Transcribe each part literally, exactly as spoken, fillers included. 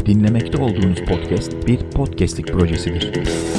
Dinlemekte olduğunuz podcast bir podcastlik projesidir.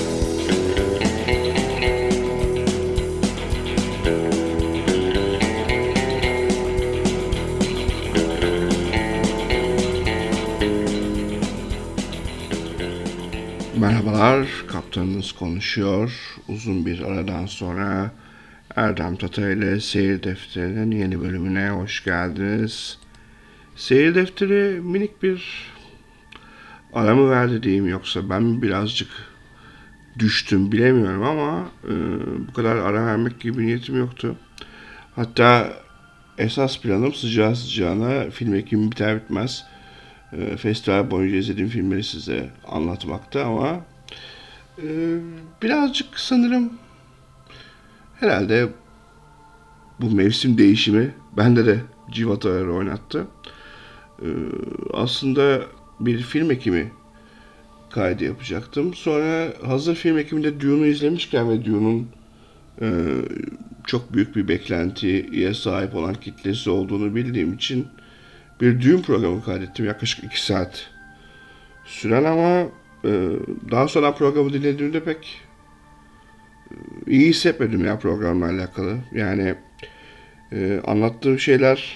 Merhabalar, kaptanınız konuşuyor. Uzun bir aradan sonra Erdem Tata ile Seyir Defteri'nin yeni bölümüne hoş geldiniz. Seyir Defteri minik bir ara mı verdi diyeyim, yoksa ben birazcık düştüm bilemiyorum ama e, bu kadar ara vermek gibi niyetim yoktu. Hatta esas planım sıcağı sıcağına film ekimi biter bitmez e, festival boyunca izlediğim filmleri size anlatmakta ama e, birazcık sanırım herhalde bu mevsim değişimi bende de civataları oynattı. E, aslında bir film ekimi kaydı yapacaktım. Sonra hazır film ekiminde Dune'u izlemişken ve Dune'un e, çok büyük bir beklentiye sahip olan kitlesi olduğunu bildiğim için bir Dune programı kaydettim. Yaklaşık iki saat süren ama e, daha sonra programı dinlediğimde pek e, iyi hissetmedim ya programla alakalı. Yani e, anlattığım şeyler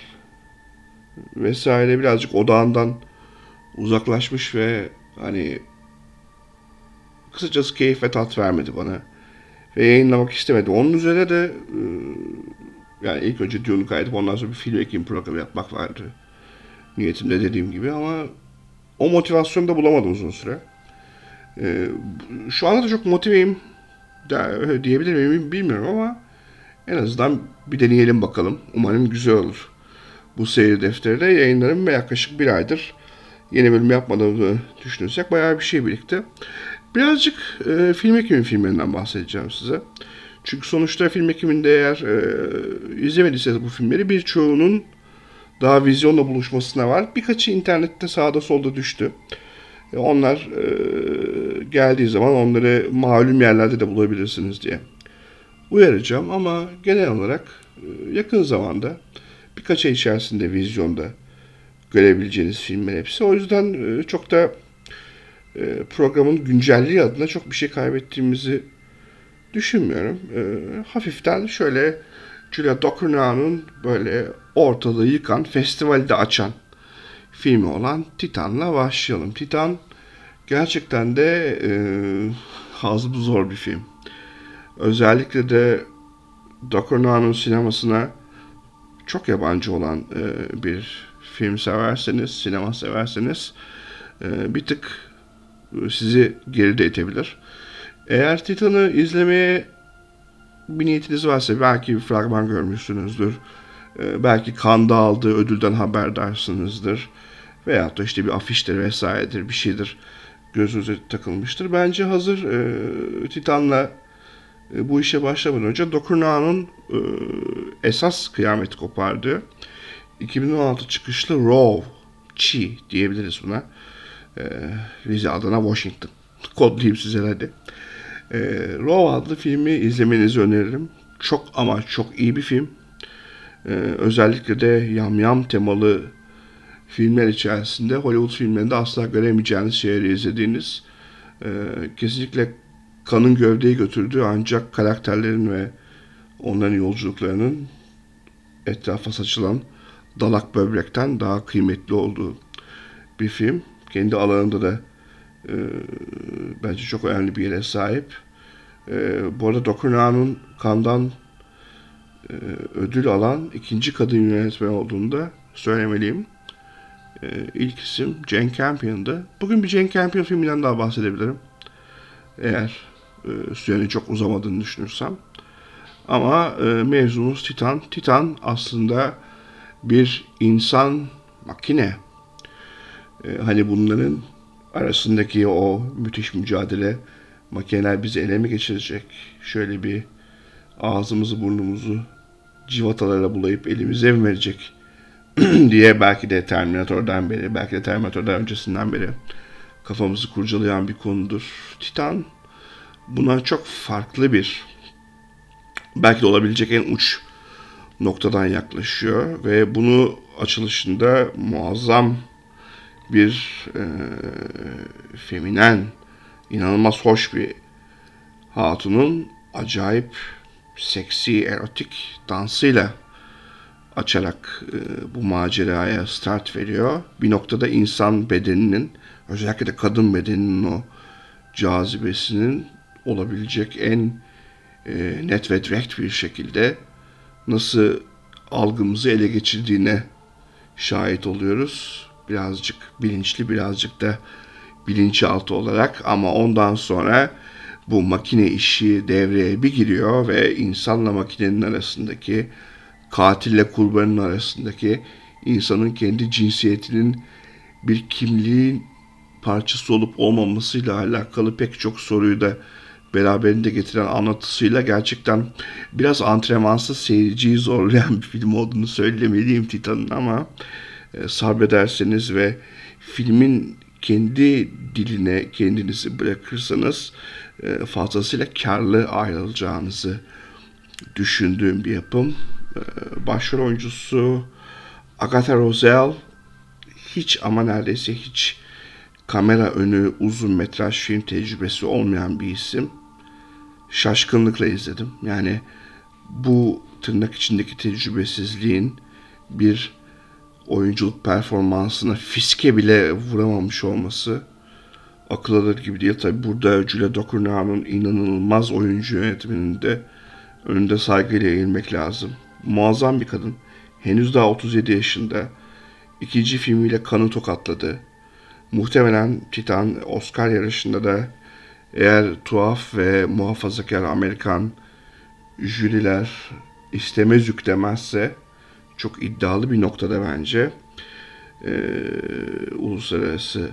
vesaire birazcık odağından uzaklaşmış ve hani kısacası keyif ve tat vermedi bana. Ve yayınlamak istemedim. Onun üzerine de e, yani ilk önce Dune'u kaydedip ondan sonra bir film ekimi programı yapmak vardı niyetimde dediğim gibi ama o motivasyonu da bulamadım uzun süre. E, şu anda da çok motiveyim de, diyebilir miyim bilmiyorum ama en azından bir deneyelim bakalım. Umarım güzel olur. Bu seyir defteri de yayınlarım ve yaklaşık bir aydır yeni bölüm yapmadığımı düşünürsek bayağı bir şey birikti. Birazcık e, film ekimi filmlerinden bahsedeceğim size. Çünkü sonuçta film ekiminde eğer e, izlemediyseniz bu filmleri birçoğunun daha vizyonla buluşmasına var. Birkaçı internette sağda solda düştü. E, onlar e, geldiği zaman onları malum yerlerde de bulabilirsiniz diye uyaracağım. Ama genel olarak e, yakın zamanda birkaç ay içerisinde vizyonda görebileceğiniz filmler hepsi. O yüzden e, çok da e, programın güncelliği adına çok bir şey kaybettiğimizi düşünmüyorum. E, hafiften şöyle Julia Ducournau'nun böyle ortalığı yıkan, festivali de açan filmi olan Titan'la başlayalım. Titan gerçekten de e, hazı zor bir film. Özellikle de Ducournau'nun sinemasına çok yabancı olan e, bir film severseniz, sinema severseniz e, bir tık sizi geride itebilir. Eğer Titan'ı izlemeye bir niyetiniz varsa belki bir fragman görmüşsünüzdür. E, belki Cannes'da aldığı ödülden haberdarsınızdır. Veyahut da işte bir afiştir vesairedir bir şeydir gözünüze takılmıştır. Bence hazır e, Titan'la e, bu işe başlamadan önce Ducournau'nun e, esas kıyameti kopardığı iki bin on altı çıkışlı Raw Chi diyebiliriz buna. E, Rize, Adana, Washington. Kodlayayım size hadi. E, Raw adlı filmi izlemenizi öneririm. Çok ama çok iyi bir film. E, özellikle de yamyam temalı filmler içerisinde Hollywood filmlerinde asla göremeyeceğiniz şeyleri izlediğiniz, e, kesinlikle kanın gövdeyi götürdüğü ancak karakterlerin ve onların yolculuklarının etrafa saçılan dalak böbrekten daha kıymetli olduğu bir film. Kendi alanında da e, bence çok önemli bir yere sahip. E, bu arada Ducournau'nun Cannes'dan e, ödül alan ikinci kadın yönetmen olduğunu da söylemeliyim. E, ilk isim Jane Campion'dı. Bugün bir Jane Campion filminden daha bahsedebilirim. Eğer e, sürenin çok uzamadığını düşünürsem. Ama e, mevzumuz Titan. Titan aslında bir insan makine. E, hani bunların arasındaki o müthiş mücadele, makineler bizi ele mi geçirecek? Şöyle bir ağzımızı burnumuzu civatalarla bulayıp elimize mi verecek? diye belki de Terminator'dan beri, belki de Terminator'dan öncesinden beri kafamızı kurcalayan bir konudur. Titan buna çok farklı bir, belki de olabilecek en uç noktadan yaklaşıyor ve bunu açılışında muazzam bir e, feminen, inanılmaz hoş bir hatunun acayip seksi, erotik dansıyla açarak e, bu maceraya start veriyor. Bir noktada insan bedeninin, özellikle de kadın bedeninin o cazibesinin olabilecek en e, net ve direkt bir şekilde nasıl algımızı ele geçirdiğine şahit oluyoruz. Birazcık bilinçli, birazcık da bilinçaltı olarak, ama ondan sonra bu makine işi devreye bir giriyor ve insanla makinenin arasındaki, katille kurbanın arasındaki, insanın kendi cinsiyetinin bir kimliğin parçası olup olmamasıyla alakalı pek çok soruyu da beraberinde getiren anlatısıyla gerçekten biraz antrenmansız seyirciyi zorlayan bir film olduğunu söylemeliyim Titan'ın, ama e, sabrederseniz ve filmin kendi diline kendinizi bırakırsanız e, fazlasıyla karlı ayrılacağınızı düşündüğüm bir yapım. E, başrol oyuncusu Agatha Rosel hiç ama neredeyse hiç kamera önü uzun metraj film tecrübesi olmayan bir isim. Şaşkınlıkla izledim. Yani bu tırnak içindeki tecrübesizliğin bir oyunculuk performansına fiske bile vuramamış olması akıl alır gibi değil. Tabi burada Julia Ducournau'nun inanılmaz oyuncu yönetmeninin de önünde saygıyla eğilmek lazım. Muazzam bir kadın. Henüz daha otuz yedi yaşında. İkinci filmiyle kanı tokatladı. Muhtemelen Titan Oscar yarışında da, eğer tuhaf ve muhafazakar Amerikan jüriler istemez yüklemezse, çok iddialı bir noktada bence ee, uluslararası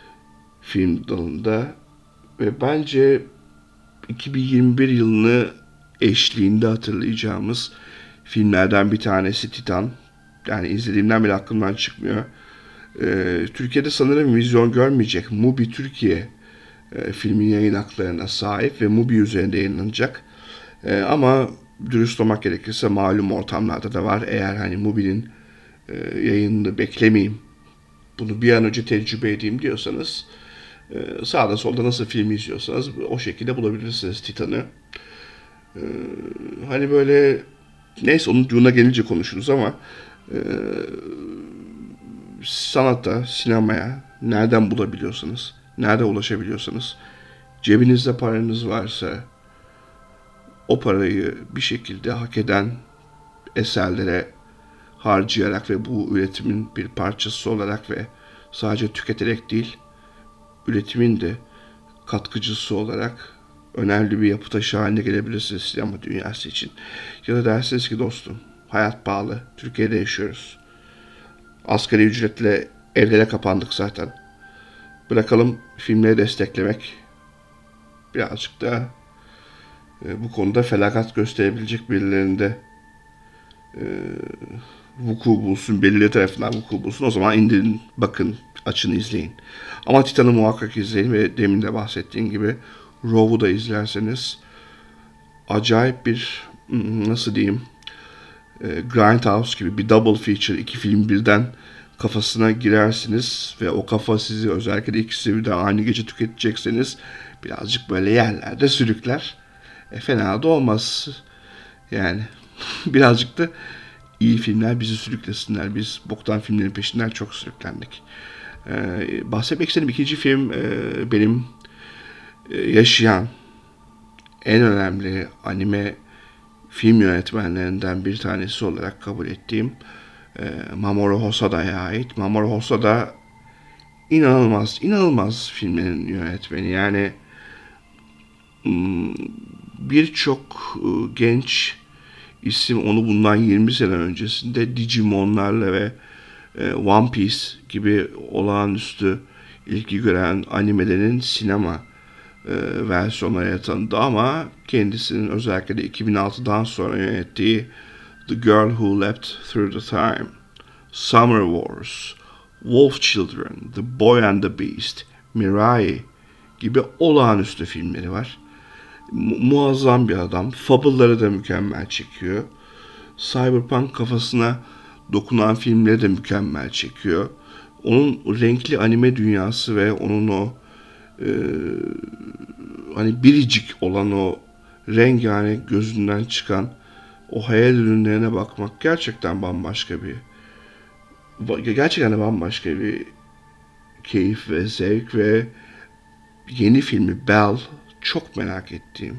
film dalında. Ve bence iki bin yirmi bir yılını eşliğinde hatırlayacağımız filmlerden bir tanesi Titan. Yani izlediğimden bile aklımdan çıkmıyor. Ee, Türkiye'de sanırım vizyon görmeyecek. Mubi Türkiye e, filmin yayın haklarına sahip ve Mubi üzerinde yayınlanacak. E, ama dürüst olmak gerekirse malum ortamlarda da var. Eğer hani Mubi'nin e, yayınını beklemeyeyim, bunu bir an önce tecrübe edeyim diyorsanız, e, sağda solda nasıl film izliyorsanız o şekilde bulabilirsiniz Titan'ı. E, hani böyle, neyse, onun Dune'a gelince konuşuruz ama e, sanata, sinemaya nereden bulabiliyorsanız, nerede ulaşabiliyorsanız, cebinizde paranız varsa o parayı bir şekilde hak eden eserlere harcayarak ve bu üretimin bir parçası olarak ve sadece tüketerek değil, üretimin de katkıcısı olarak önemli bir yapı taşı haline gelebilirsiniz sinema dünyası için. Ya da dersiniz ki dostum, hayat pahalı, Türkiye'de yaşıyoruz. Asgari ücretle evlere kapandık zaten. Bırakalım filmleri desteklemek. Birazcık da e, bu konuda felaket gösterebilecek birilerinde e, vuku bulsun, belirli tarafından vuku bulsun. O zaman indirin, bakın, açın, izleyin. Ama Titan'ı muhakkak izleyin ve demin de bahsettiğim gibi Rove'u da izlerseniz acayip bir, nasıl diyeyim, e, Grindhouse gibi bir double feature, iki film birden kafasına girersiniz ve o kafa sizi, özellikle de ikisi birden aynı gece tüketecekseniz, birazcık böyle yerlerde sürükler. E, fena da olmaz. Yani birazcık da iyi filmler bizi sürüklesinler. Biz boktan filmlerin peşinden çok sürüklendik. Ee, bahsetmek istediğim ikinci film e, benim e, yaşayan en önemli anime film yönetmenlerinden bir tanesi olarak kabul ettiğim e, Mamoru Hosada'ya ait. Mamoru Hosada inanılmaz, inanılmaz filmlerin yönetmeni. Yani birçok genç isim onu bundan yirmi sene öncesinde Digimon'larla ve One Piece gibi olağanüstü ilgi gören animelerin sinema e, versiyonlarına tanıdı, ama kendisinin özellikle de iki bin altıdan sonra yönettiği The Girl Who Leapt Through the Time, Summer Wars, Wolf Children, The Boy and the Beast, Mirai gibi olağanüstü filmleri var. Mu- muazzam bir adam. Fable'ları da mükemmel çekiyor. Cyberpunk kafasına dokunan filmleri de mükemmel çekiyor. onun renkli anime dünyası ve onun o e, hani biricik olan o rengarenk gözünden çıkan o hayal ürünlerine bakmak gerçekten bambaşka bir gerçekten de bambaşka bir keyif ve zevk ve yeni filmi Belle çok merak ettiğim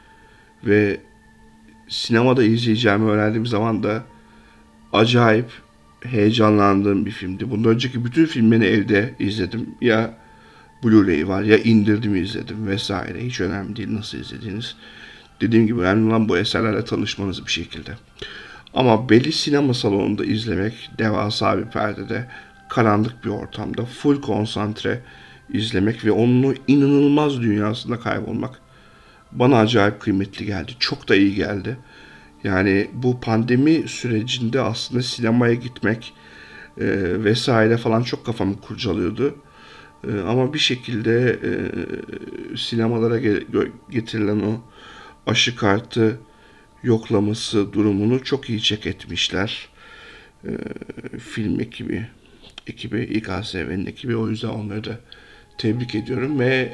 ve sinemada izleyeceğimi öğrendiğim zaman da acayip heyecanlandığım bir filmdi. Bundan önceki bütün filmlerini evde izledim. Ya Blu-ray var ya indirdim izledim vesaire. Hiç önemli değil nasıl izlediğiniz. Dediğim gibi önemli olan bu eserlerle tanışmanız bir şekilde. Ama Belli sinema salonunda izlemek, devasa bir perdede, karanlık bir ortamda, full konsantre izlemek ve onun inanılmaz dünyasında kaybolmak bana acayip kıymetli geldi. Çok da iyi geldi. Yani bu pandemi sürecinde aslında sinemaya gitmek e, vesaire falan çok kafamı kurcalıyordu. E, ama bir şekilde e, sinemalara ge- getirilen o aşı kartı yoklaması durumunu çok iyi check etmişler. E, film ekibi, ekibi, İ K S V'nin ekibi. O yüzden onları da tebrik ediyorum ve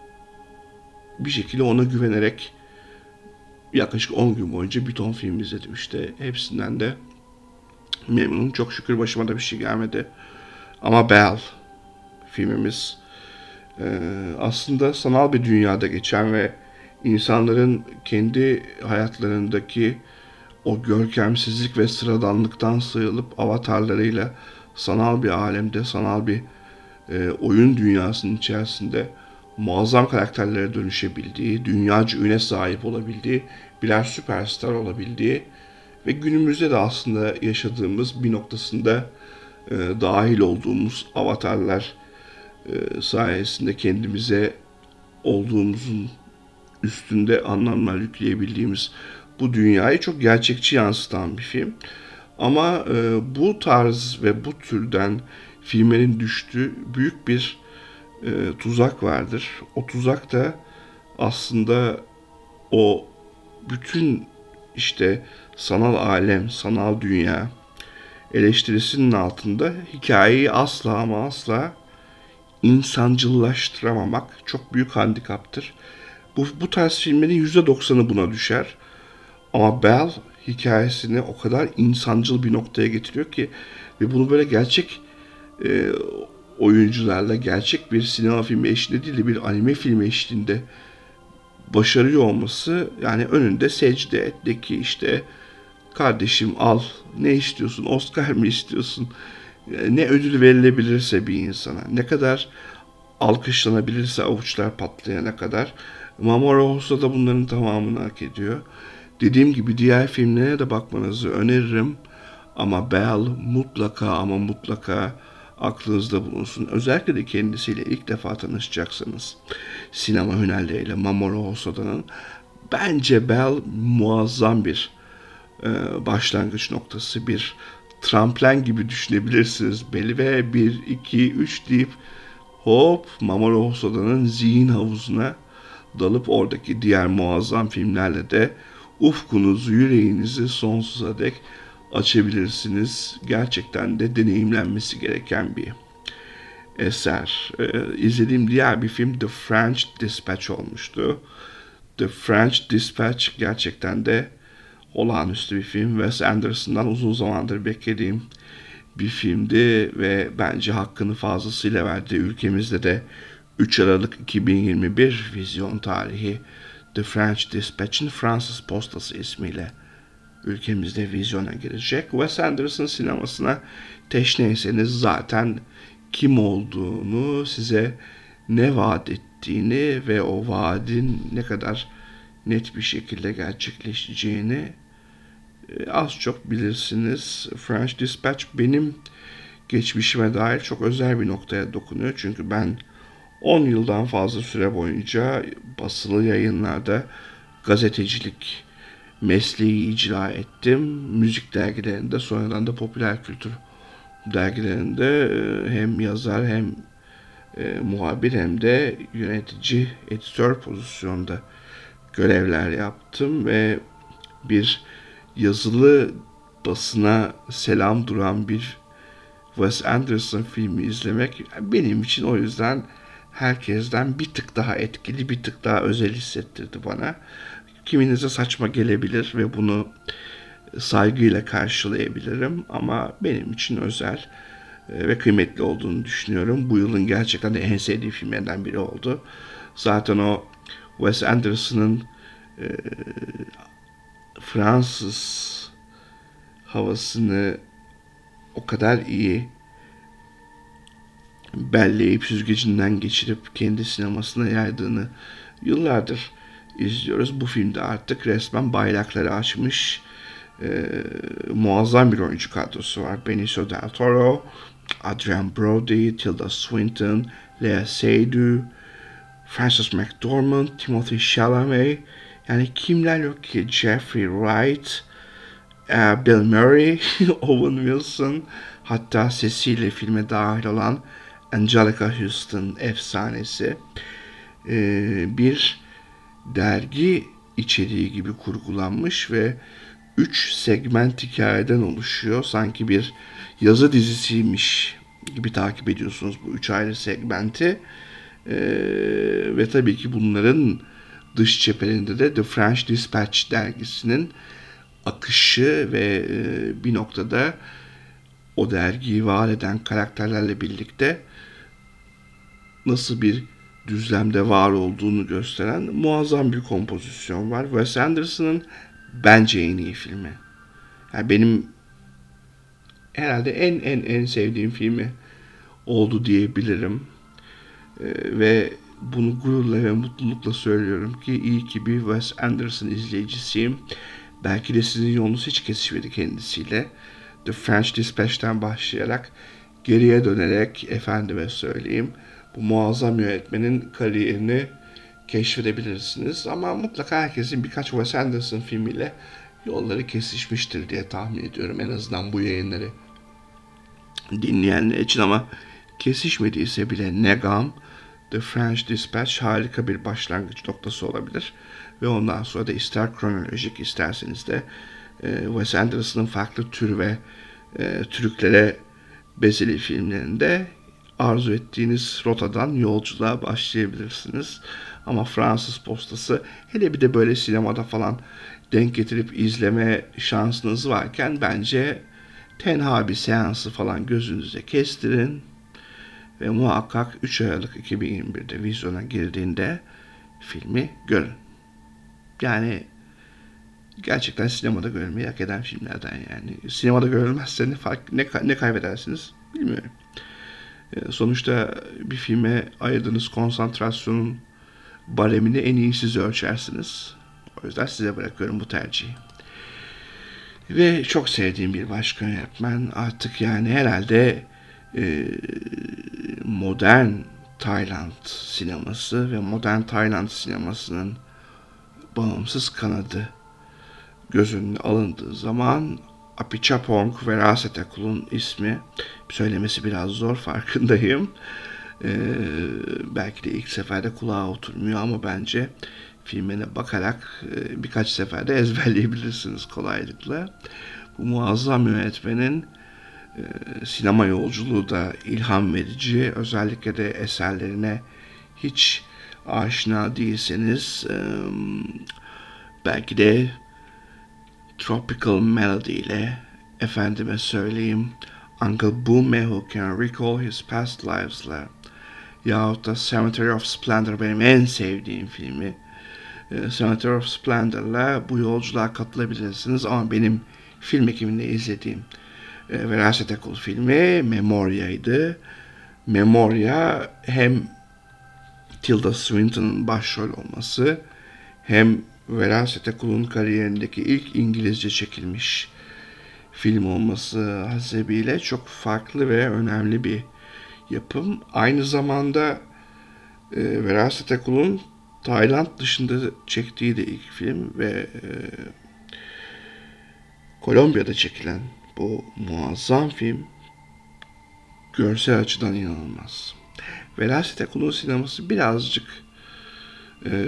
bir şekilde ona güvenerek yaklaşık on gün boyunca bir ton film izledim işte. Hepsinden de memnunum. Çok şükür başıma da bir şey gelmedi. Ama Belle filmimiz e, aslında sanal bir dünyada geçen ve insanların kendi hayatlarındaki o görkemsizlik ve sıradanlıktan sıyrılıp avatarlarıyla sanal bir alemde, sanal bir e, oyun dünyasının içerisinde muazzam karakterlere dönüşebildiği, dünyaca üne sahip olabildiği, birer süperstar olabildiği ve günümüzde de aslında yaşadığımız bir noktasında e, dahil olduğumuz avatarlar e, sayesinde kendimize olduğumuzun üstünde anlamlar yükleyebildiğimiz bu dünyayı çok gerçekçi yansıtan bir film. Ama e, bu tarz ve bu türden filmlerin düştüğü büyük bir e, tuzak vardır. O tuzak da aslında o bütün işte sanal alem, sanal dünya eleştirisinin altında hikayeyi asla ama asla insancıllaştıramamak çok büyük handikaptır. Bu, bu tarz filmlerin yüzde doksanı buna düşer. Ama Belle hikayesini o kadar insancıl bir noktaya getiriyor ki ve bunu böyle gerçek e, oyuncularla gerçek bir sinema filmi eşliğinde değil de bir anime filmi eşliğinde başarıyor olması, yani önünde secde etteki işte kardeşim al ne istiyorsun, Oscar mı istiyorsun, ne ödül verilebilirse bir insana, ne kadar alkışlanabilirse avuçlar patlayana kadar Mamoru Hosoda bunların tamamını hak ediyor. Dediğim gibi diğer filmlere de bakmanızı öneririm ama Belle mutlaka ama mutlaka aklınızda bulunsun. Özellikle de kendisiyle ilk defa tanışacaksanız sinema hünerleriyle Mamoru Hosoda'nın bence Belle muazzam bir e, başlangıç noktası, bir tramplen gibi düşünebilirsiniz. Belli ve bir, iki, üç deyip hop Mamoru Hosoda'nın zihin havuzuna dalıp oradaki diğer muazzam filmlerle de ufkunuzu, yüreğinizi sonsuza dek açabilirsiniz. Gerçekten de deneyimlenmesi gereken bir eser. Ee, izlediğim diğer bir film The French Dispatch olmuştu. The French Dispatch gerçekten de olağanüstü bir film. Wes Anderson'dan uzun zamandır beklediğim bir filmdi ve bence hakkını fazlasıyla verdi. Ülkemizde de üç Aralık iki bin yirmi bir vizyon tarihi The French Dispatch'in Fransız Postası ismiyle ülkemizde vizyona girecek. Wes Anderson sinemasına teşneyseniz zaten kim olduğunu, size ne vaat ettiğini ve o vaadin ne kadar net bir şekilde gerçekleşeceğini az çok bilirsiniz. French Dispatch benim geçmişime dair çok özel bir noktaya dokunuyor. Çünkü ben on yıldan fazla süre boyunca basılı yayınlarda gazetecilik mesleği icra ettim. Müzik dergilerinde, sonradan da popüler kültür dergilerinde hem yazar hem e, muhabir hem de yönetici, editör pozisyonda görevler yaptım ve bir yazılı basına selam duran bir Wes Anderson filmi izlemek benim için o yüzden herkesten bir tık daha etkili, bir tık daha özel hissettirdi bana. Kiminize saçma gelebilir ve bunu saygıyla karşılayabilirim ama benim için özel ve kıymetli olduğunu düşünüyorum. Bu yılın gerçekten de en sevdiğim filmlerden biri oldu. Zaten o Wes Anderson'ın e, Fransız havasını o kadar iyi belleyip süzgecinden geçirip kendi sinemasına yaydığını yıllardır izliyoruz. Bu filmde artık resmen bayrakları açmış e, muazzam bir oyuncu kadrosu var. Benicio del Toro, Adrien Brody, Tilda Swinton, Lea Seydoux, Frances McDormand, Timothée Chalamet, yani kimler yok ki? Jeffrey Wright, Bill Murray, Owen Wilson, hatta sesiyle filme dahil olan Anjelica Huston efsanesi. Ee, bir dergi içeriği gibi kurgulanmış ve üç segment hikayeden oluşuyor. Sanki bir yazı dizisiymiş gibi takip ediyorsunuz bu üç ayrı segmenti. Ee, ve tabii ki bunların dış cephelerinde de The French Dispatch dergisinin akışı ve e, bir noktada o dergiyi var eden karakterlerle birlikte nasıl bir düzlemde var olduğunu gösteren muazzam bir kompozisyon var. Wes Anderson'ın bence en iyi filmi. Yani benim herhalde en en en sevdiğim filmi oldu diyebilirim. Ee, ve bunu gururla ve mutlulukla söylüyorum ki iyi ki bir Wes Anderson izleyicisiyim. Belki de sizin yolunuz hiç kesişmedi kendisiyle. The French Dispatch'ten başlayarak geriye dönerek efendime söyleyeyim bu muazzam yönetmenin kariyerini keşfedebilirsiniz. Ama mutlaka herkesin birkaç Wes Anderson filmiyle yolları kesişmiştir diye tahmin ediyorum. En azından bu yayınları dinleyenler için, ama kesişmediyse bile Negam, The French Dispatch harika bir başlangıç noktası olabilir. Ve ondan sonra da ister kronolojik isterseniz de e, Wes Anderson'ın farklı tür ve e, trüklere bezeli filmlerinde arzu ettiğiniz rotadan yolculuğa başlayabilirsiniz. Ama Fransız Postası, hele bir de böyle sinemada falan denk getirip izleme şansınız varken bence tenha bir seansı falan gözünüze kestirin ve muhakkak üç Aralık iki bin yirmi birde vizyona girdiğinde filmi görün. Yani gerçekten sinemada görülmeyi hak eden filmlerden yani. Sinemada görülmezse ne, fark, ne, ne kaybedersiniz bilmiyorum. E, sonuçta bir filme ayırdığınız konsantrasyonun baremini en iyi siz ölçersiniz. O yüzden size bırakıyorum bu tercihi. Ve çok sevdiğim bir başka yönetmen artık yani herhalde e, modern Tayland sineması ve modern Tayland sinemasının bağımsız kanadı göz önüne alındığı zaman Apichatpong Verasetekul'un ismi, söylemesi biraz zor, farkındayım. Ee, belki de ilk seferde kulağa oturmuyor ama bence filmine bakarak e, birkaç seferde ezberleyebilirsiniz kolaylıkla. Bu muazzam yönetmenin e, sinema yolculuğu da ilham verici. Özellikle de eserlerine hiç aşina değilseniz e, belki de Tropical Melody ile, efendime söyleyeyim Uncle Boome Who Can Recall His Past Lives'la yahut da Cemetery of Splendor benim en sevdiğim filmi. E, Cemetery of Splendor'la bu yolculuğa katılabilirsiniz ama benim film ekiminde izlediğim e, Verasetekul filmi Memoria'ydı. Memoria hem Tilda Swinton'ın başrol olması hem Verasetekul'un kariyerindeki ilk İngilizce çekilmiş film olması hasebiyle çok farklı ve önemli bir yapım. Aynı zamanda e, Verasetekul'un Tayland dışında çektiği de ilk film ve e, Kolombiya'da çekilen bu muazzam film görsel açıdan inanılmaz. Verasetekul'un sineması birazcık e,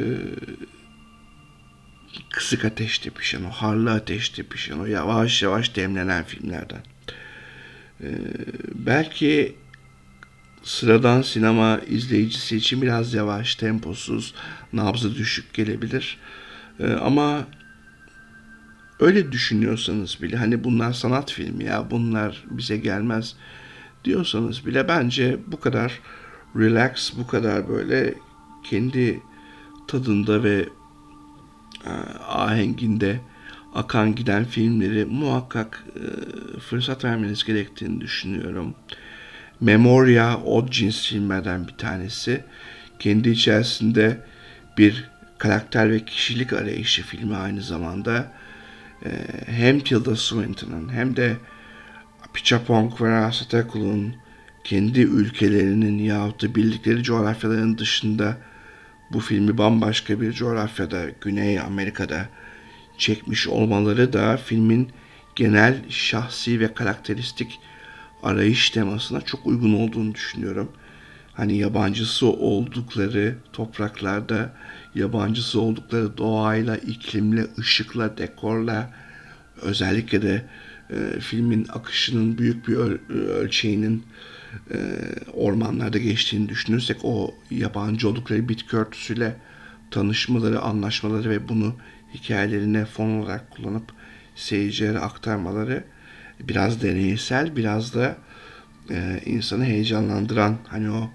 kısık ateşte pişen, o harlı ateşte pişen, o yavaş yavaş demlenen filmlerden. Ee, belki sıradan sinema izleyicisi için biraz yavaş, temposuz, nabzı düşük gelebilir. Ee, ama öyle düşünüyorsanız bile, hani bunlar sanat filmi ya, bunlar bize gelmez diyorsanız bile, bence bu kadar relax, bu kadar böyle kendi tadında ve e, ahenginde akan giden filmleri muhakkak e, fırsat vermeniz gerektiğini düşünüyorum. Memoria o cins filmlerden bir tanesi. Kendi içerisinde bir karakter ve kişilik arayışı filmi aynı zamanda. E, hem Tilda Swinton'ın hem de Apichatpong ve Rasatekul'un kendi ülkelerinin yahut da bildikleri coğrafyaların dışında bu filmi bambaşka bir coğrafyada, Güney Amerika'da çekmiş olmaları da filmin genel şahsi ve karakteristik arayış temasına çok uygun olduğunu düşünüyorum. Hani yabancısı oldukları topraklarda, yabancısı oldukları doğayla, iklimle, ışıkla, dekorla, özellikle de e, filmin akışının büyük bir öl- ölçeğinin e, ormanlarda geçtiğini düşünürsek, o yabancı oldukları bitki örtüsüyle tanışmaları, anlaşmaları ve bunu hikayelerine fon olarak kullanıp seyircilere aktarmaları biraz deneysel, biraz da e, insanı heyecanlandıran, hani o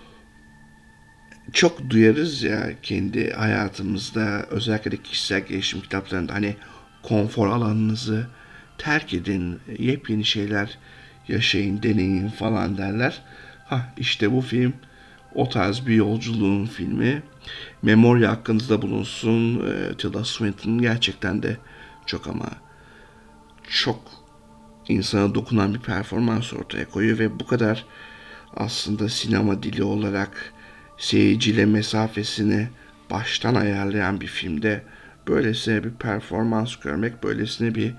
çok duyarız ya kendi hayatımızda, özellikle de kişisel gelişim kitaplarında, hani konfor alanınızı terk edin, yepyeni şeyler yaşayın, deneyin falan derler. Ha işte bu film o tarz bir yolculuğun filmi. Memoria hakkınızda bulunsun. E, Tilda Swinton gerçekten de çok ama çok insana dokunan bir performans ortaya koyuyor ve bu kadar aslında sinema dili olarak seyirciyle mesafesini baştan ayarlayan bir filmde böylesine bir performans görmek, böylesine bir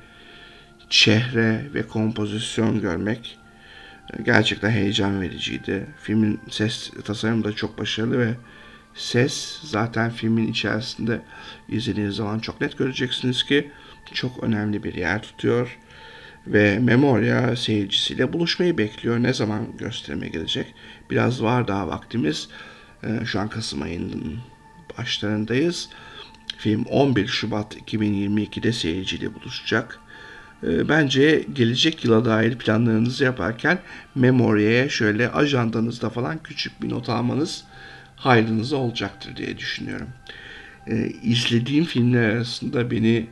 çehre ve kompozisyon görmek gerçekten heyecan vericiydi. Filmin ses tasarımı da çok başarılı ve ses zaten filmin içerisinde izlediğiniz zaman çok net göreceksiniz ki çok önemli bir yer tutuyor. Ve Memoria seyircisiyle buluşmayı bekliyor. Ne zaman gösterime gelecek? Biraz var daha vaktimiz. Ee, şu an Kasım ayının başlarındayız. Film on bir Şubat iki bin yirmi ikide seyirciyle buluşacak. Ee, bence gelecek yıla dair planlarınızı yaparken Memoria'ya şöyle ajandanızda falan küçük bir not almanız hayrınıza olacaktır diye düşünüyorum. Ee, izlediğim filmler arasında beni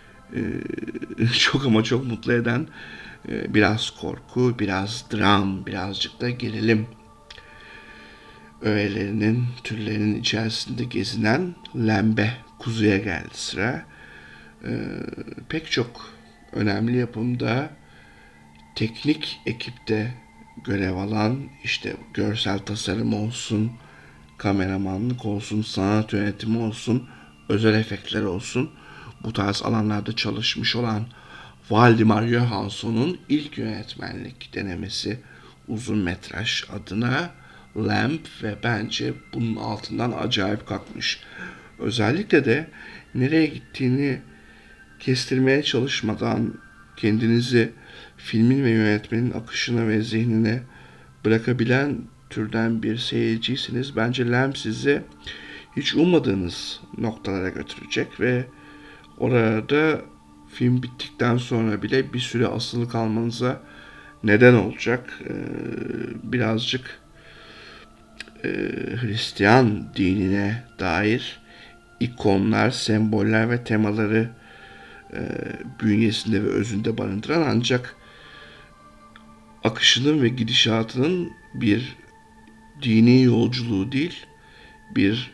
Ee, çok ama çok mutlu eden e, biraz korku, biraz dram, birazcık da gerilim öğelerinin, türlerinin içerisinde gezinen Lambe Kuzu'ya geldi sıra. Ee, pek çok önemli yapımda teknik ekipte görev alan, işte görsel tasarım olsun, kameramanlık olsun, sanat yönetimi olsun, özel efektler olsun, bu tarz alanlarda çalışmış olan Waldemar Johansson'un ilk yönetmenlik denemesi uzun metraj adına Lamb ve bence bunun altından acayip kalkmış. Özellikle de nereye gittiğini kestirmeye çalışmadan kendinizi filmin ve yönetmenin akışına ve zihnine bırakabilen türden bir seyirciyseniz bence Lamb sizi hiç ummadığınız noktalara götürecek ve orada film bittikten sonra bile bir süre asılı kalmanıza neden olacak. Ee, birazcık e, Hristiyan dinine dair ikonlar, semboller ve temaları e, bünyesinde ve özünde barındıran, ancak akışının ve gidişatının bir dini yolculuğu değil, bir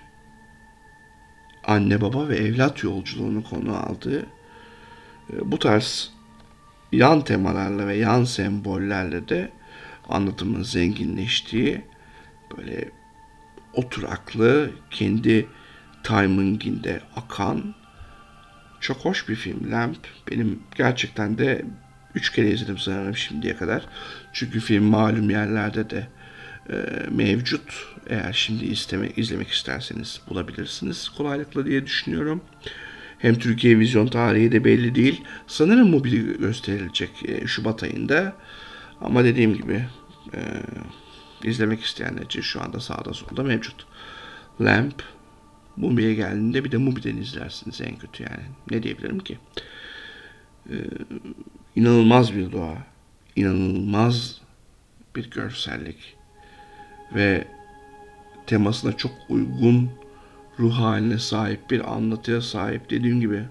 anne baba ve evlat yolculuğunu konu aldığı, bu tarz yan temalarla ve yan sembollerle de anlatımın zenginleştiği, böyle oturaklı, kendi timinginde akan çok hoş bir film Lamb. Benim gerçekten de üç kere izledim sanırım şimdiye kadar. Çünkü film malum yerlerde de e, mevcut. Eğer şimdi isteme, izlemek isterseniz bulabilirsiniz kolaylıkla diye düşünüyorum. Hem Türkiye vizyon tarihi de belli değil. Sanırım bu bir gösterilecek e, Şubat ayında. Ama dediğim gibi e, izlemek isteyenler için şu anda sağda solda mevcut. Lamp, Mubi'ye geldiğinde bir de Mubi'den izlersiniz en kötü yani. Ne diyebilirim ki? Ee, inanılmaz bir doğa, inanılmaz bir görsellik ve temasına çok uygun ruh haline sahip bir anlatıya sahip. Dediğim gibi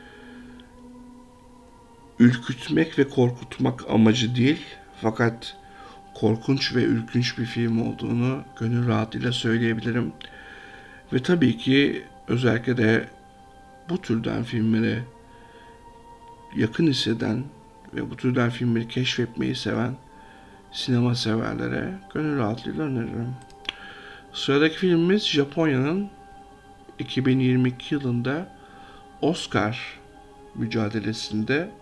ürkütmek ve korkutmak amacı değil, fakat korkunç ve ürkünç bir film olduğunu gönül rahatlığıyla söyleyebilirim. Ve tabii ki özellikle de bu türden filmlere yakın hisseden ve bu türden filmleri keşfetmeyi seven sinema severlere gönül rahatlığıyla öneririm. Sıradaki filmimiz Japonya'nın iki bin yirmi iki yılında Oscar mücadelesinde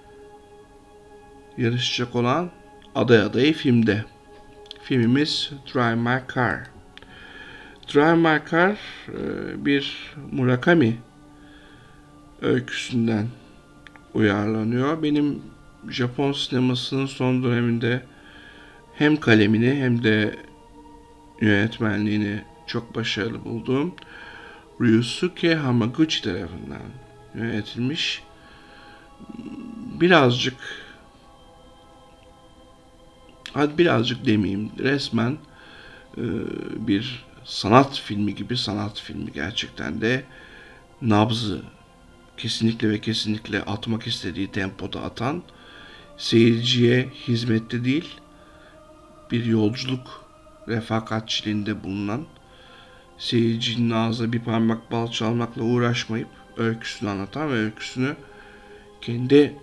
yarışacak olan aday adayı filmde. Filmimiz Drive My Car. Drive My Car bir Murakami öyküsünden uyarlanıyor. Benim Japon sinemasının son döneminde hem kalemini hem de yönetmenliğini çok başarılı bulduğum Ryusuke Hamaguchi tarafından yönetilmiş, birazcık hadi birazcık demeyeyim, resmen e, bir sanat filmi gibi sanat filmi, gerçekten de nabzı kesinlikle ve kesinlikle atmak istediği tempoda atan, seyirciye hizmette değil bir yolculuk refakatçiliğinde bulunan, seyircinin ağzına bir parmak bal çalmakla uğraşmayıp öyküsünü anlatan ve öyküsünü kendi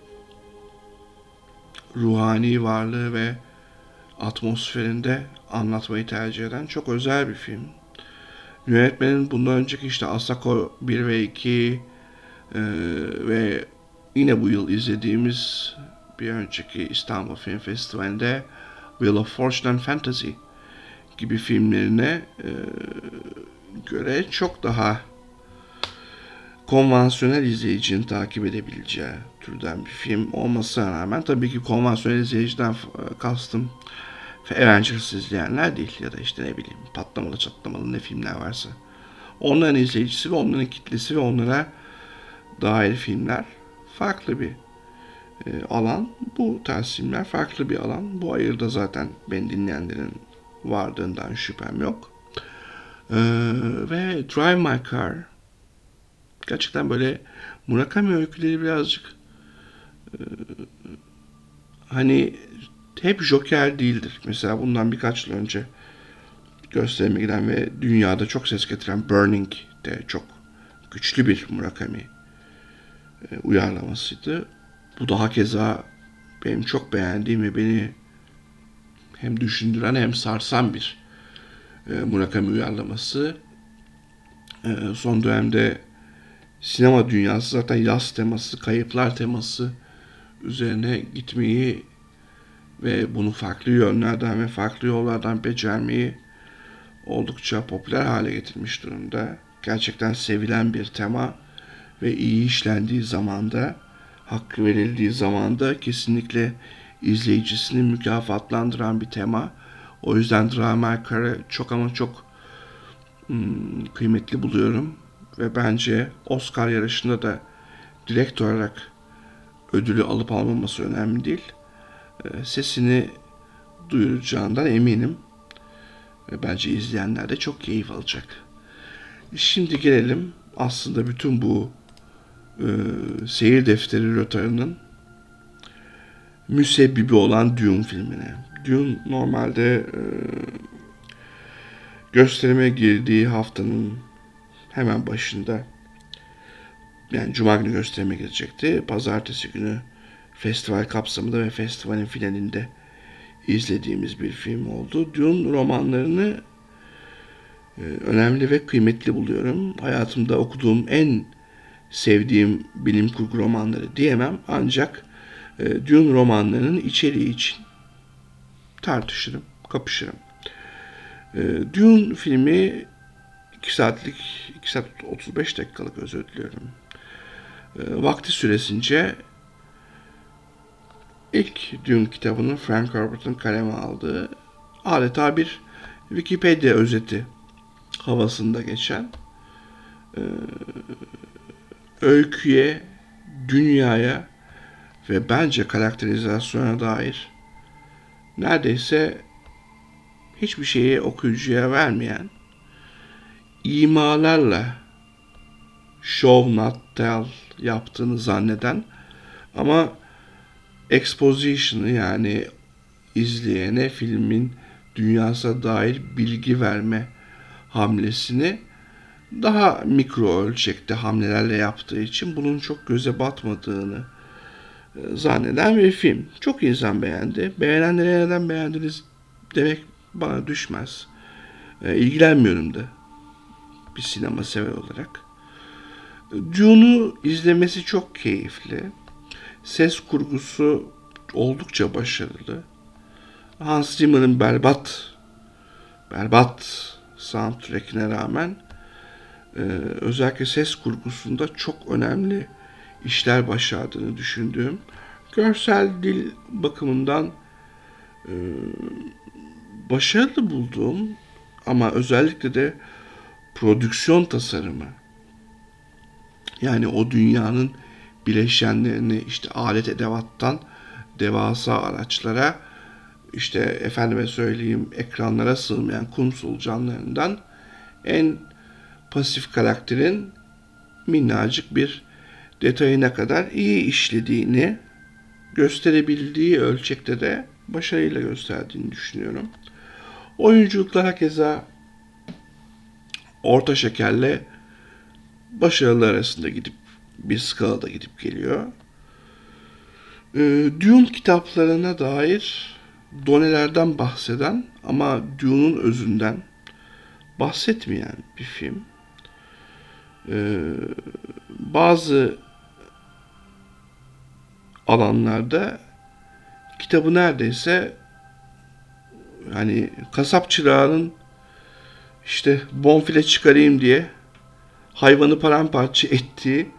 ruhani varlığı ve atmosferinde anlatmayı tercih eden çok özel bir film. Yönetmenin bundan önceki işte Asako bir ve iki e, ve yine bu yıl izlediğimiz bir önceki İstanbul Film Festivali'nde Wheel of Fortune and Fantasy gibi filmlerine e, göre çok daha konvansiyonel izleyicinin takip edebileceği türden bir film olmasına rağmen, tabii ki konvansiyonel izleyiciden kastım Avengers izleyenler değil ya da işte ne bileyim patlamalı çatlamalı ne filmler varsa onların izleyicisi ve onların kitlesi ve onlara dair filmler farklı bir e, alan. Bu tarz filmler farklı bir alan. Bu ayırda zaten beni dinleyenlerin vardığından şüphem yok. Ee, ve Drive My Car gerçekten böyle Murakami öyküleri birazcık e, hani hep Joker değildir. Mesela bundan birkaç yıl önce gösterime giden ve dünyada çok ses getiren Burning de çok güçlü bir Murakami e, uyarlamasıydı. Bu daha keza benim çok beğendiğim ve beni hem düşündüren hem sarsan bir e, Murakami uyarlaması. E, son dönemde sinema dünyası zaten yaz teması, kayıplar teması üzerine gitmeyi ve bunu farklı yönlerden ve farklı yollardan becermeyi oldukça popüler hale getirmiş durumda. Gerçekten sevilen bir tema ve iyi işlendiği zamanda, hakkı verildiği zamanda kesinlikle izleyicisini mükafatlandıran bir tema. O yüzden Drive My Car'ı çok ama çok hmm, kıymetli buluyorum. Ve bence Oscar yarışında da direkt olarak ödülü alıp almaması önemli değil. Sesini duyuracağından eminim. Ve bence izleyenler de çok keyif alacak. Şimdi gelelim aslında bütün bu e, seyir defteri rötarının müsebbibi olan Dune filmine. Dune normalde e, gösterime girdiği haftanın hemen başında, yani Cuma günü gösterime girecekti. Pazartesi günü festival kapsamında ve festivalin finalinde izlediğimiz bir film oldu. Dune romanlarını e, önemli ve kıymetli buluyorum. Hayatımda okuduğum en sevdiğim bilim kurgu romanları diyemem. Ancak e, Dune romanlarının içeriği için tartışırım, kapışırım. E, Dune filmi iki saatlik, iki saat otuz beş dakikalık, özür diliyorum. E, vakti süresince ilk Dune kitabının Frank Herbert'ın kaleme aldığı adeta bir Wikipedia özeti havasında geçen e, öyküye, dünyaya ve bence karakterizasyona dair neredeyse hiçbir şeyi okuyucuya vermeyen, imalarla show not tell yaptığını zanneden ama exposition'ı, yani izleyene filmin dünyasına dair bilgi verme hamlesini daha mikro ölçekte hamlelerle yaptığı için bunun çok göze batmadığını zanneden bir film. Çok insan beğendi. Beğenenlere neden beğendiniz demek bana düşmez. E, ilgilenmiyorum da bir sinema sever olarak. Dune'u izlemesi çok keyifli. Ses kurgusu oldukça başarılı. Hans Zimmer'ın berbat berbat soundtrack'ine rağmen e, özellikle ses kurgusunda çok önemli işler başardığını düşündüğüm, görsel dil bakımından e, başarılı bulduğum ama özellikle de prodüksiyon tasarımı, yani o dünyanın bileşenlerini işte alet edevattan devasa araçlara, işte efendime söyleyeyim ekranlara sığmayan kum solucanlarından en pasif karakterin minnacık bir detayına kadar iyi işlediğini, gösterebildiği ölçekte de başarıyla gösterdiğini düşünüyorum. Oyunculuklar keza orta şekerle başarılı arasında gidip bir skalada gidip geliyor. Ee, Dune kitaplarına dair donelerden bahseden ama Dune'un özünden bahsetmeyen bir film. Ee, bazı alanlarda kitabı neredeyse hani kasap çırağının işte bonfile çıkarayım diye hayvanı paramparça ettiği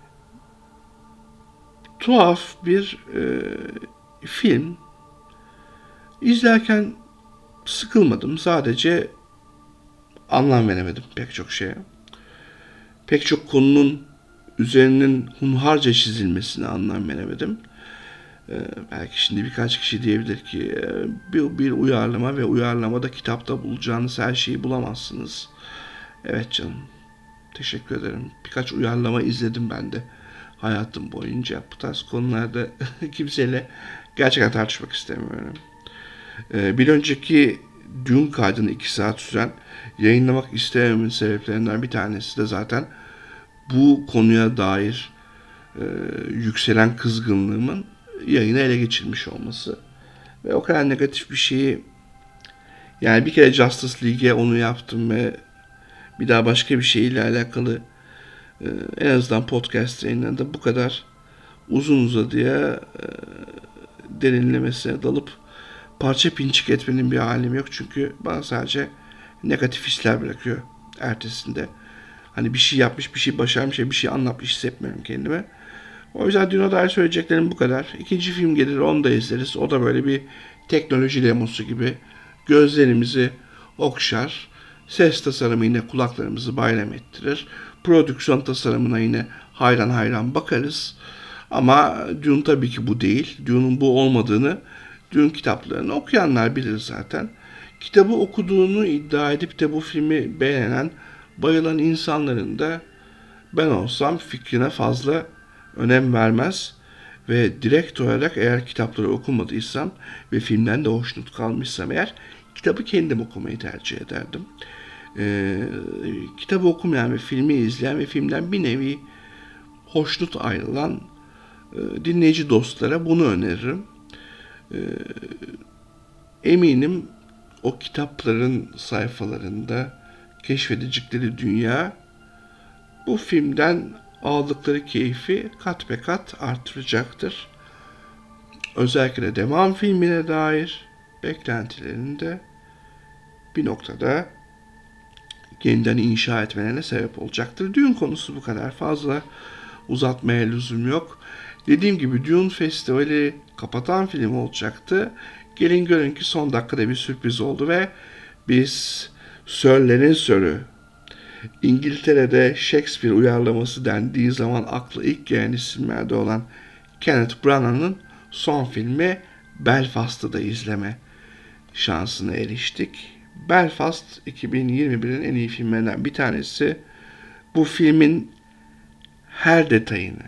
tuhaf bir e, film. İzlerken sıkılmadım. Sadece anlam veremedim pek çok şeye. Pek çok konunun üzerinin hunharca çizilmesine anlam veremedim. Ee, belki şimdi birkaç kişi diyebilir ki bir, bir uyarlama ve uyarlamada kitapta bulacağınız her şeyi bulamazsınız. Evet canım. Teşekkür ederim. Birkaç uyarlama izledim ben de hayatım boyunca. Bu tarz konularda kimseyle gerçekten tartışmak istemiyorum. Ee, bir önceki Dune kaydını iki saat süren yayınlamak istemememin sebeplerinden bir tanesi de zaten bu konuya dair e, yükselen kızgınlığımın yayını ele geçirmiş olması. Ve o kadar negatif bir şeyi, yani bir kere Justice League'e onu yaptım ve bir daha başka bir şeyle alakalı e, en azından podcast yayınlarında bu kadar uzun uzadıya e, derinlemesine dalıp parça pinçik etmenin bir halim yok. Çünkü bana sadece negatif hisler bırakıyor ertesinde. Hani bir şey yapmış, bir şey başarmış, bir şey anlatmış hissetmiyorum kendime. O yüzden Dune'a dair söyleyeceklerim bu kadar. İkinci film gelir, onu da izleriz. O da böyle bir teknoloji demosu gibi gözlerimizi okşar. Ses tasarımı yine kulaklarımızı bayram ettirir. Prodüksiyon tasarımına yine hayran hayran bakarız. Ama Dune tabii ki bu değil. Dune'un bu olmadığını Dune kitaplarını okuyanlar bilir zaten. Kitabı okuduğunu iddia edip de bu filmi beğenen, bayılan insanların da ben olsam fikrine fazla önem vermez ve direkt olarak eğer kitapları okumadıysam ve filmden de hoşnut kalmışsam eğer kitabı kendim okumayı tercih ederdim. Ee, kitabı okumayan ve filmi izleyen ve filmden bir nevi hoşnut ayrılan e, dinleyici dostlara bunu öneririm. Ee, eminim o kitapların sayfalarında keşfedecekleri dünya bu filmden aldıkları keyfi kat be kat artıracaktır. Özellikle devam filmine dair beklentilerini de bir noktada yeniden inşa etmelerine sebep olacaktır. Dune konusu bu kadar. Fazla uzatmaya lüzum yok. Dediğim gibi Dune Festivali kapatan film olacaktı. Gelin görün ki son dakikada bir sürpriz oldu ve biz Sörlerin Sörü, İngiltere'de Shakespeare uyarlaması dendiği zaman aklı ilk gelen isimlerde olan Kenneth Branagh'ın son filmi Belfast'ı da izleme şansına eriştik. Belfast iki bin yirmi birin en iyi filmlerinden bir tanesi. Bu filmin her detayını,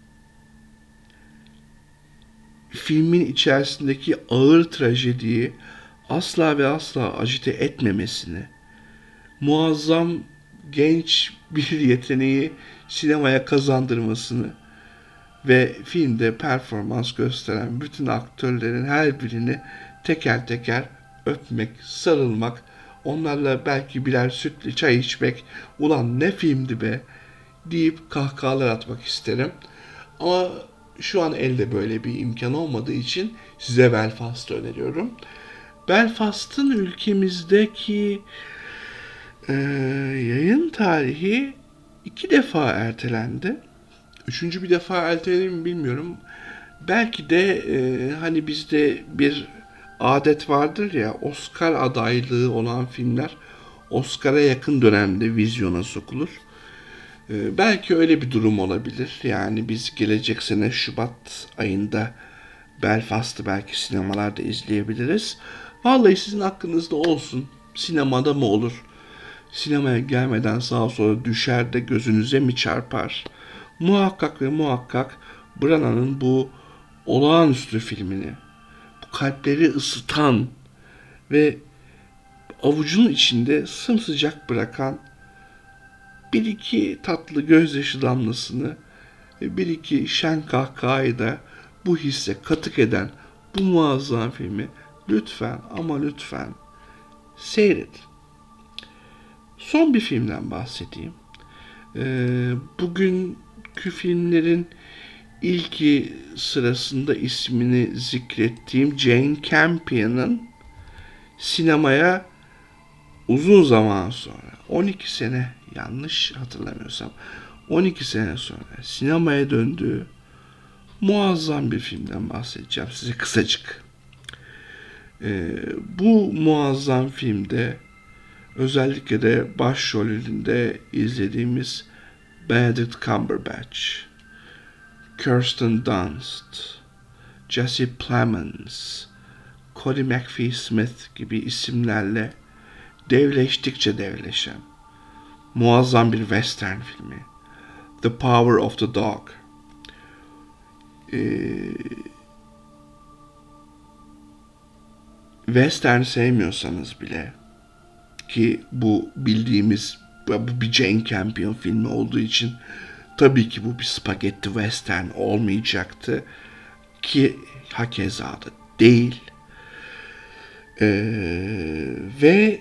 filmin içerisindeki ağır trajediyi asla ve asla acite etmemesini, muazzam genç bir yeteneği sinemaya kazandırmasını ve filmde performans gösteren bütün aktörlerin her birini teker teker öpmek, sarılmak, onlarla belki birer sütlü çay içmek, ulan ne filmdi be deyip kahkahalar atmak isterim. Ama şu an elde böyle bir imkan olmadığı için size Belfast'ı öneriyorum. Belfast'ın ülkemizdeki e, yayın tarihi iki defa ertelendi. Üçüncü bir defa ertelendi mi bilmiyorum. Belki de e, hani bizde bir adet vardır ya, Oscar adaylığı olan filmler Oscar'a yakın dönemde vizyona sokulur. E, belki öyle bir durum olabilir. Yani biz gelecek sene Şubat ayında Belfast'ı belki sinemalarda izleyebiliriz. Vallahi sizin hakkınızda olsun. Sinemada mı olur? Sinemaya gelmeden sağa sola düşer de gözünüze mi çarpar? Muhakkak ve muhakkak Branagh'ın bu olağanüstü filmini, bu kalpleri ısıtan ve avucunun içinde sımsıcak bırakan bir iki tatlı gözyaşı damlasını ve bir iki şen kahkahayı da bu hisse katık eden bu muazzam filmi lütfen ama lütfen seyredin. Son bir filmden bahsedeyim. Ee, bugünkü filmlerin ilki sırasında ismini zikrettiğim Jane Campion'ın sinemaya uzun zaman sonra, on iki sene yanlış hatırlamıyorsam, on iki sene sonra sinemaya döndüğü muazzam bir filmden bahsedeceğim size kısacık. Ee, bu muazzam filmde özellikle de başrolünde izlediğimiz Benedict Cumberbatch, Kirsten Dunst, Jesse Plemons, Cody McPhee Smith gibi isimlerle devleştikçe devleşen muazzam bir western filmi, The Power of the Dog. Ee, western sevmiyorsanız bile, ki bu bildiğimiz bu bir Jane Campion filmi olduğu için tabii ki bu bir spagetti western olmayacaktı ki hakeza da değil. Ee, ve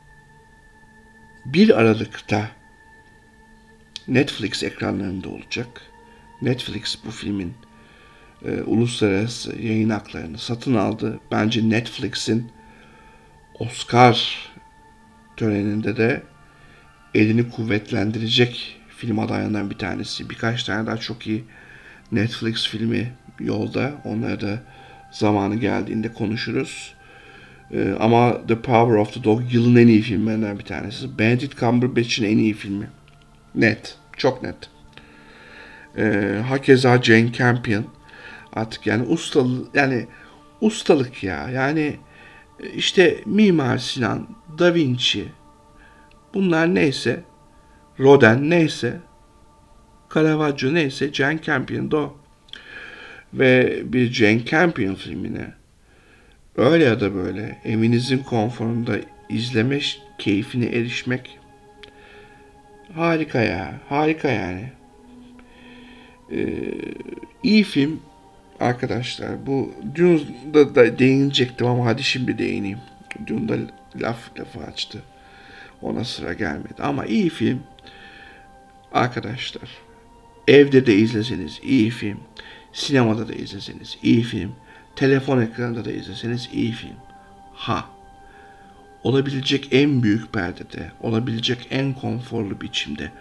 bir Aralık'ta Netflix ekranlarında olacak. Netflix bu filmin e, uluslararası yayın haklarını satın aldı. Bence Netflix'in Oscar töreninde de elini kuvvetlendirecek film adaylarından bir tanesi. Birkaç tane daha çok iyi Netflix filmi yolda. Onları da zamanı geldiğinde konuşuruz. Ee, ama The Power of the Dog yılın en iyi filmlerinden bir tanesi. Benedict Cumberbatch'in en iyi filmi. Net. Çok net. Ee, hakeza Jane Campion. Artık yani ustalık, yani ustalık ya. Yani işte Mimar Sinan, Da Vinci, bunlar neyse, Rodin neyse, Caravaggio neyse, Jane Campion da o. Ve bir Jane Campion filmine öyle ya da böyle evinizin konforunda izleme keyfine erişmek harika ya, harika yani. Ee, iyi film arkadaşlar. Bu Dune'da da değinecektim ama hadi şimdi değineyim. Dune'da laf lafı açtı. Ona sıra gelmedi. Ama iyi film arkadaşlar. Evde de izleseniz iyi film. Sinemada da izleseniz iyi film. Telefon ekranında da izleseniz iyi film. Ha. Olabilecek en büyük perdede, olabilecek en konforlu biçimde,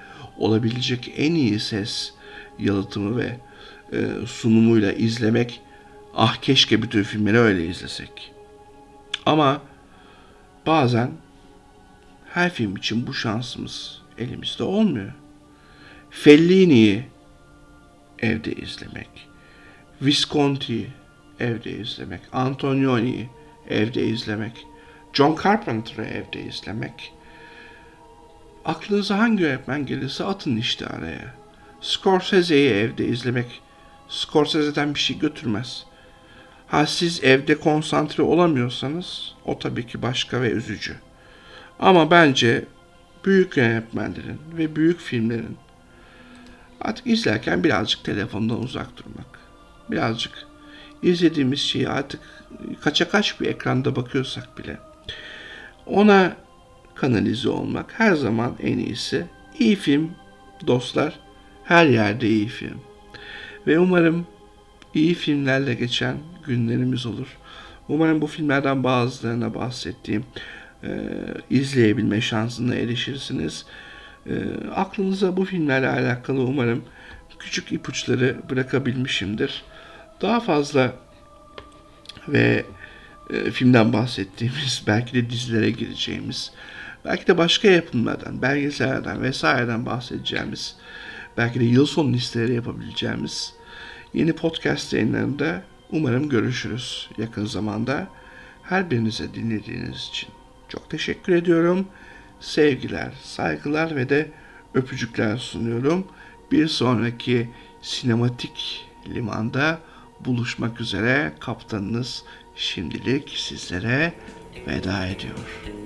olabilecek en iyi ses yalıtımı ve e, sunumuyla izlemek Ah keşke bütün filmleri öyle izlesek. Ama bazen her film için bu şansımız elimizde olmuyor. Fellini'yi evde izlemek, Visconti'yi evde izlemek, Antonioni'yi evde izlemek, John Carpenter'ı evde izlemek. Aklınıza hangi yönetmen gelirse atın işte araya. Scorsese'yi evde izlemek, Scorsese'den bir şey götürmez. Ha siz evde konsantre olamıyorsanız o tabii ki başka ve üzücü. Ama bence büyük yönetmenlerin ve büyük filmlerin artık izlerken birazcık telefondan uzak durmak. Birazcık izlediğimiz şeyi artık kaça kaç bir ekranda bakıyorsak bile ona kanalize olmak her zaman en iyisi. İyi film dostlar, her yerde iyi film. Ve umarım iyi filmlerle geçen günlerimiz olur. Umarım bu filmlerden bazılarına bahsettiğim e, izleyebilme şansına erişirsiniz. E, aklınıza bu filmlerle alakalı umarım küçük ipuçları bırakabilmişimdir. Daha fazla ve e, filmden bahsettiğimiz, belki de dizilere gireceğimiz, belki de başka yapımlardan, belgesellerden vesaireden bahsedeceğimiz, belki de yıl sonu listeleri yapabileceğimiz yeni podcast yayınlarında umarım görüşürüz yakın zamanda. Her birinize dinlediğiniz için çok teşekkür ediyorum. Sevgiler, saygılar ve de öpücükler sunuyorum. Bir sonraki sinematik limanda buluşmak üzere. Kaptanınız şimdilik sizlere veda ediyor.